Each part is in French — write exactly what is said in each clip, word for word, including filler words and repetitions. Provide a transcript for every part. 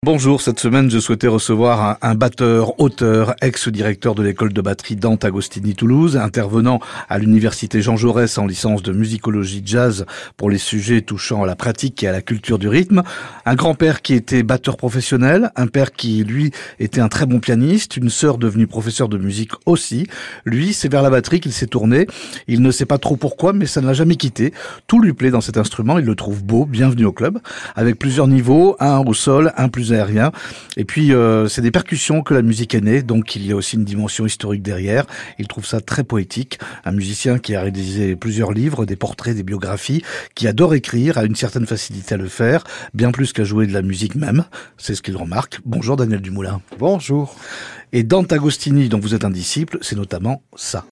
Bonjour, cette semaine je souhaitais recevoir un, un batteur, auteur, ex-directeur de l'école de batterie Dante Agostini Toulouse, intervenant à l'université Jean Jaurès en licence de musicologie jazz pour les sujets touchant à la pratique et à la culture du rythme, un grand-père qui était batteur professionnel, un père qui lui était un très bon pianiste, une sœur devenue professeure de musique aussi. Lui, c'est vers la batterie qu'il s'est tourné, il ne sait pas trop pourquoi mais ça ne l'a jamais quitté, tout lui plaît dans cet instrument, il le trouve beau, bienvenue au club, avec plusieurs niveaux, un au sol, un plus aérien. Et puis, euh, c'est des percussions que la musique est née, donc il y a aussi une dimension historique derrière. Il trouve ça très poétique. Un musicien qui a réalisé plusieurs livres, des portraits, des biographies, qui adore écrire, a une certaine facilité à le faire, bien plus qu'à jouer de la musique même. C'est ce qu'il remarque. Bonjour Daniel Dumoulin. Bonjour. Et Dante Agostini, dont vous êtes un disciple, c'est notamment ça.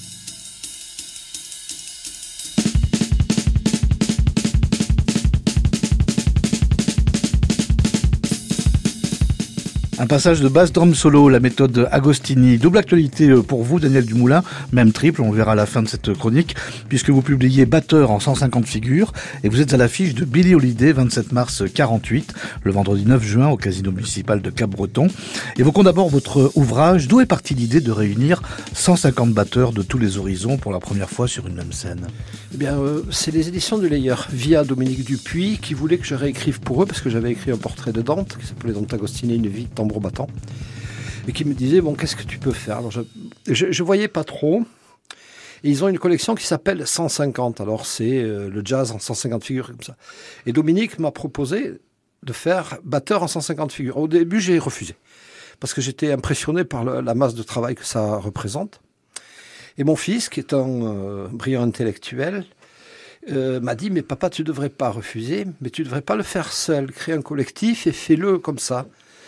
Un passage de basse drum solo, la méthode Agostini. Double actualité pour vous, Daniel Dumoulin, même triple, on le verra à la fin de cette chronique, puisque vous publiez Batteur en cent cinquante figures, et vous êtes à l'affiche de Billie Holiday, vingt-sept mars quarante-huit, le vendredi neuf juin, au casino municipal de Cap-Breton. Évoquons d'abord votre ouvrage. D'où est partie l'idée de réunir cent cinquante batteurs de tous les horizons pour la première fois sur une même scène? Eh bien, euh, c'est les éditions du Layer, via Dominique Dupuis, qui voulait que je réécrive pour eux, parce que j'avais écrit un portrait de Dante, qui s'appelait Dante Agostini, une vie de tambour battant, et qui me disait, bon, qu'est-ce que tu peux faire? Alors, je, je, je voyais pas trop, et ils ont une collection qui s'appelle cent cinquante, alors c'est euh, le jazz en cent cinquante figures, comme ça. Et Dominique m'a proposé de faire batteur en cent cinquante figures. Au début, j'ai refusé, parce que j'étais impressionné par le, la masse de travail que ça représente. Et mon fils, qui est un euh, brillant intellectuel, euh, m'a dit, mais papa, tu ne devrais pas refuser, mais tu ne devrais pas le faire seul, crée un collectif et fais-le comme ça.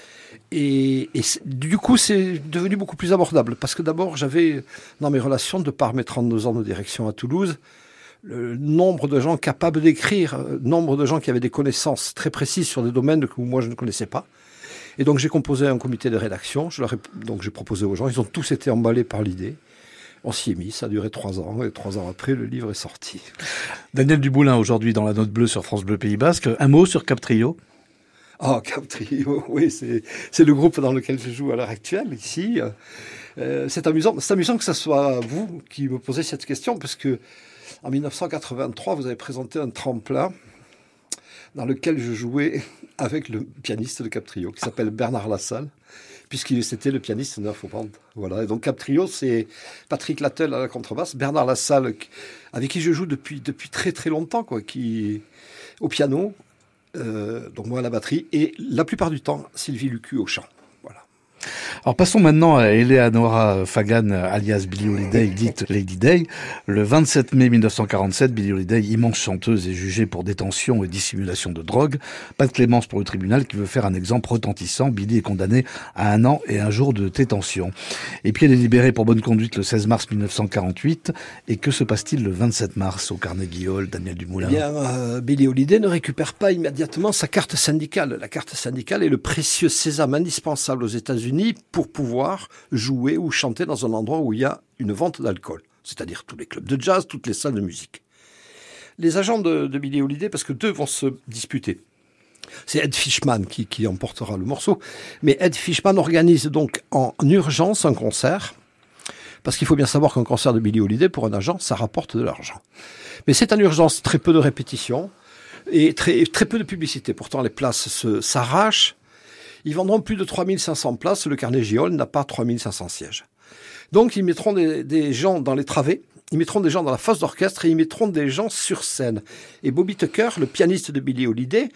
Et, et du coup, c'est devenu beaucoup plus abordable, parce que d'abord, j'avais, dans mes relations, de par mes trente-deux ans de direction à Toulouse, le nombre de gens capables d'écrire, le nombre de gens qui avaient des connaissances très précises sur des domaines que moi, je ne connaissais pas. Et donc, j'ai composé un comité de rédaction, je leur ai, donc j'ai proposé aux gens, ils ont tous été emballés par l'idée. On s'y est mis, ça a duré trois ans, et trois ans après, le livre est sorti. Daniel Dumoulin, aujourd'hui dans la Note Bleue sur France Bleu Pays Basque, un mot sur Cap Trio? Ah, oh, Cap Trio, oui, c'est, c'est le groupe dans lequel je joue à l'heure actuelle, ici. Euh, c'est amusant, c'est amusant que ce soit vous qui me posez cette question, parce que en dix-neuf cent quatre-vingt-trois, vous avez présenté un tremplin dans lequel je jouais avec le pianiste de Cap Trio, qui s'appelle Bernard Lassalle, puisqu'il c'était le pianiste neuf au band. Voilà. Et donc Cap Trio, c'est Patrick Lattel à la contrebasse, Bernard Lassalle, avec qui je joue depuis, depuis très très longtemps, quoi, qui, au piano, euh, donc moi à la batterie, et la plupart du temps, Sylvie Lucu au chant. Voilà. Alors passons maintenant à Eleanora Fagan, alias Billie Holiday, dite Lady Day. Le vingt-sept mai mille neuf cent quarante-sept, Billie Holiday, immense chanteuse, est jugée pour détention et dissimulation de drogue. Pas de clémence pour le tribunal qui veut faire un exemple retentissant. Billie est condamnée à un an et un jour de détention. Et puis elle est libérée pour bonne conduite le seize mars mille neuf cent quarante-huit. Et que se passe-t-il le vingt-sept mars au Carnegie Hall, Daniel Dumoulin? Eh bien, euh, Billie Holiday ne récupère pas immédiatement sa carte syndicale. La carte syndicale est le précieux sésame indispensable aux États-Unis pour pouvoir jouer ou chanter dans un endroit où il y a une vente d'alcool, c'est-à-dire tous les clubs de jazz, toutes les salles de musique. Les agents de, de Billie Holiday, parce que deux vont se disputer, c'est Ed Fishman qui, qui emportera le morceau, mais Ed Fishman organise donc en urgence un concert, parce qu'il faut bien savoir qu'un concert de Billie Holiday, pour un agent, ça rapporte de l'argent. Mais c'est en urgence, très peu de répétitions, et très, très peu de publicité. Pourtant, les places se, s'arrachent. Ils vendront plus de trois mille cinq cents places. Le Carnegie Hall n'a pas trois mille cinq cents sièges. Donc, ils mettront des, des gens dans les travées, ils mettront des gens dans la fosse d'orchestre et ils mettront des gens sur scène. Et Bobby Tucker, le pianiste de Billie Holiday,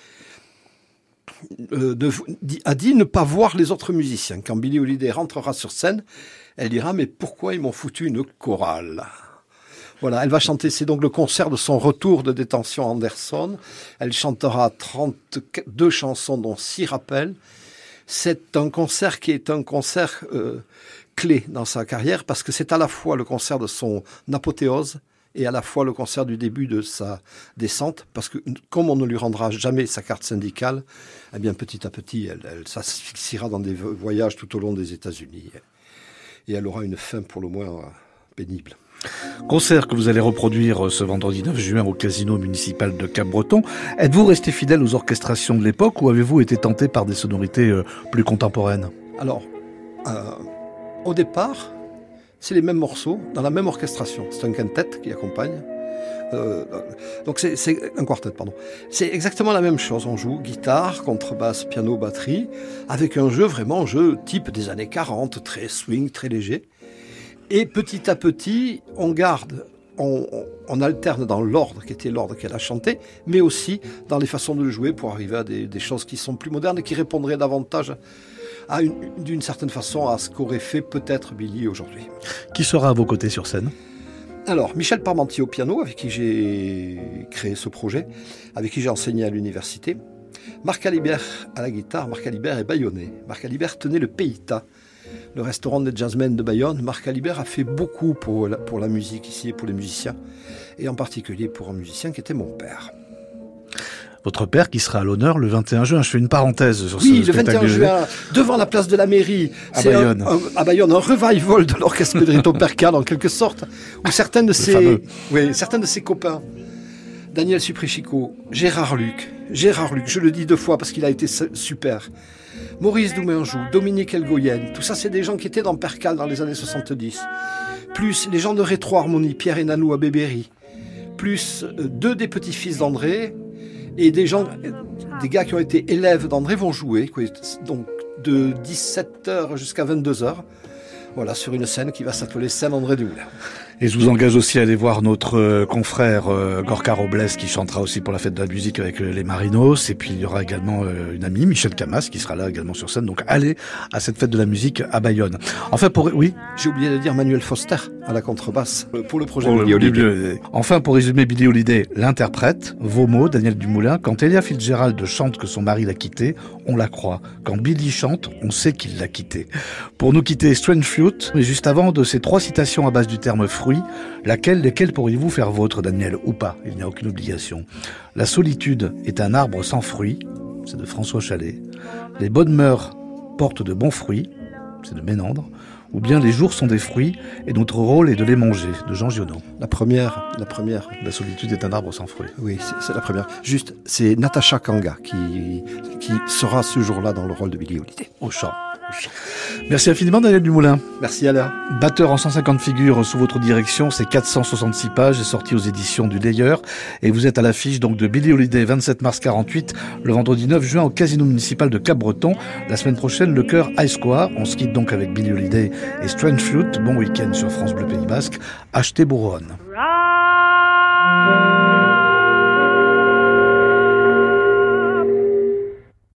euh, de, a dit ne pas voir les autres musiciens. Quand Billie Holiday rentrera sur scène, elle dira « Mais pourquoi ils m'ont foutu une chorale ?» Voilà, elle va chanter, c'est donc le concert de son retour de détention à Anderson. Elle chantera trente-deux chansons, dont six rappels. C'est un concert qui est un concert euh, clé dans sa carrière parce que c'est à la fois le concert de son apothéose et à la fois le concert du début de sa descente, parce que comme on ne lui rendra jamais sa carte syndicale, eh bien petit à petit, elle, elle s'asphyxiera dans des voyages tout au long des États-Unis et elle aura une fin pour le moins pénible. Concert que vous allez reproduire ce vendredi neuf juin au Casino municipal de Cap-Breton. Êtes-vous resté fidèle aux orchestrations de l'époque ou avez-vous été tenté par des sonorités plus contemporaines? Alors, euh, au départ, c'est les mêmes morceaux dans la même orchestration. C'est un quintet qui accompagne. Euh, donc c'est, c'est un quartet, pardon. C'est exactement la même chose. On joue guitare, contrebasse, piano, batterie, avec un jeu vraiment un jeu type des années quarante, très swing, très léger. Et petit à petit, on garde, on, on, on alterne dans l'ordre qui était l'ordre qu'elle a chanté, mais aussi dans les façons de le jouer pour arriver à des, des choses qui sont plus modernes et qui répondraient davantage à une, d'une certaine façon à ce qu'aurait fait peut-être Billy aujourd'hui. Qui sera à vos côtés sur scène ? Alors, Michel Parmentier au piano, avec qui j'ai créé ce projet, avec qui j'ai enseigné à l'université. Marc Alibert à la guitare. Marc Alibert est bayonnais. Marc Alibert tenait le Peïta, le restaurant des jazzmen de Bayonne. Marc Alibert a fait beaucoup pour la, pour la musique ici et pour les musiciens, et en particulier pour un musicien qui était mon père. Votre père qui sera à l'honneur le vingt et un juin. Je fais une parenthèse sur oui, ce spectacle. Oui, le vingt et un juin, devant la place de la mairie. À c'est Bayonne. Un, un, à Bayonne, un revival de l'orchestre Pedrito Percal, en quelque sorte, où certains de ses, oui, certains de ses copains, Daniel Suprechico, Gérard Luc, Gérard Luc, je le dis deux fois parce qu'il a été super, Maurice Doumenjou, Dominique Elgoyen, tout ça, c'est des gens qui étaient dans Percal dans les années soixante-dix. Plus les gens de Rétro Harmonie, Pierre et Nanou à Bébéry. Plus euh, deux des petits-fils d'André. Et des gens, des gars qui ont été élèves d'André vont jouer, quoi, donc de dix-sept heures jusqu'à vingt-deux heures, voilà, sur une scène qui va s'appeler Scène André Dumoulin. Et je vous engage aussi à aller voir notre euh, confrère euh, Gorka Robles qui chantera aussi pour la fête de la musique avec euh, les Marinos. Et puis il y aura également euh, une amie, Michel Camas, qui sera là également sur scène. Donc allez à cette fête de la musique à Bayonne. Enfin pour oui, j'ai oublié de dire Manuel Foster à la contrebasse pour le projet pour Billy Holiday. Holiday. Enfin pour résumer Billy Holiday, l'interprète, vos mots, Daniel Dumoulin. Quand Ella Fitzgerald chante que son mari l'a quittée, on la croit. Quand Billy chante, on sait qu'il l'a quittée. Pour nous quitter, Strange Fruit. Mais juste avant de ces trois citations à base du terme fruit, laquelle, lesquelles pourriez-vous faire vôtre, Daniel, ou pas? Il n'y a aucune obligation. La solitude est un arbre sans fruits, c'est de François Chalet. Les bonnes mœurs portent de bons fruits, c'est de Ménandre. Ou bien les jours sont des fruits et notre rôle est de les manger, de Jean Giono. La première, la première. La solitude est un arbre sans fruits. Oui, c'est, c'est la première. Juste, c'est Natacha Kanga qui, qui sera ce jour-là dans le rôle de Billy Holiday. Au chant. Merci infiniment Daniel Dumoulin. Merci Alain. Batteur en cent cinquante figures sous votre direction, c'est quatre cent soixante-six pages, est sorti aux éditions du Layer et vous êtes à l'affiche donc de Billy Holiday vingt-sept mars quarante-huit, le vendredi neuf juin au Casino municipal de Cap-Breton. La semaine prochaine, le chœur High Square. On se quitte donc avec Billy Holiday et Strange Fruit. Bon week-end sur France Bleu Pays Basque. Achetez Bourronne.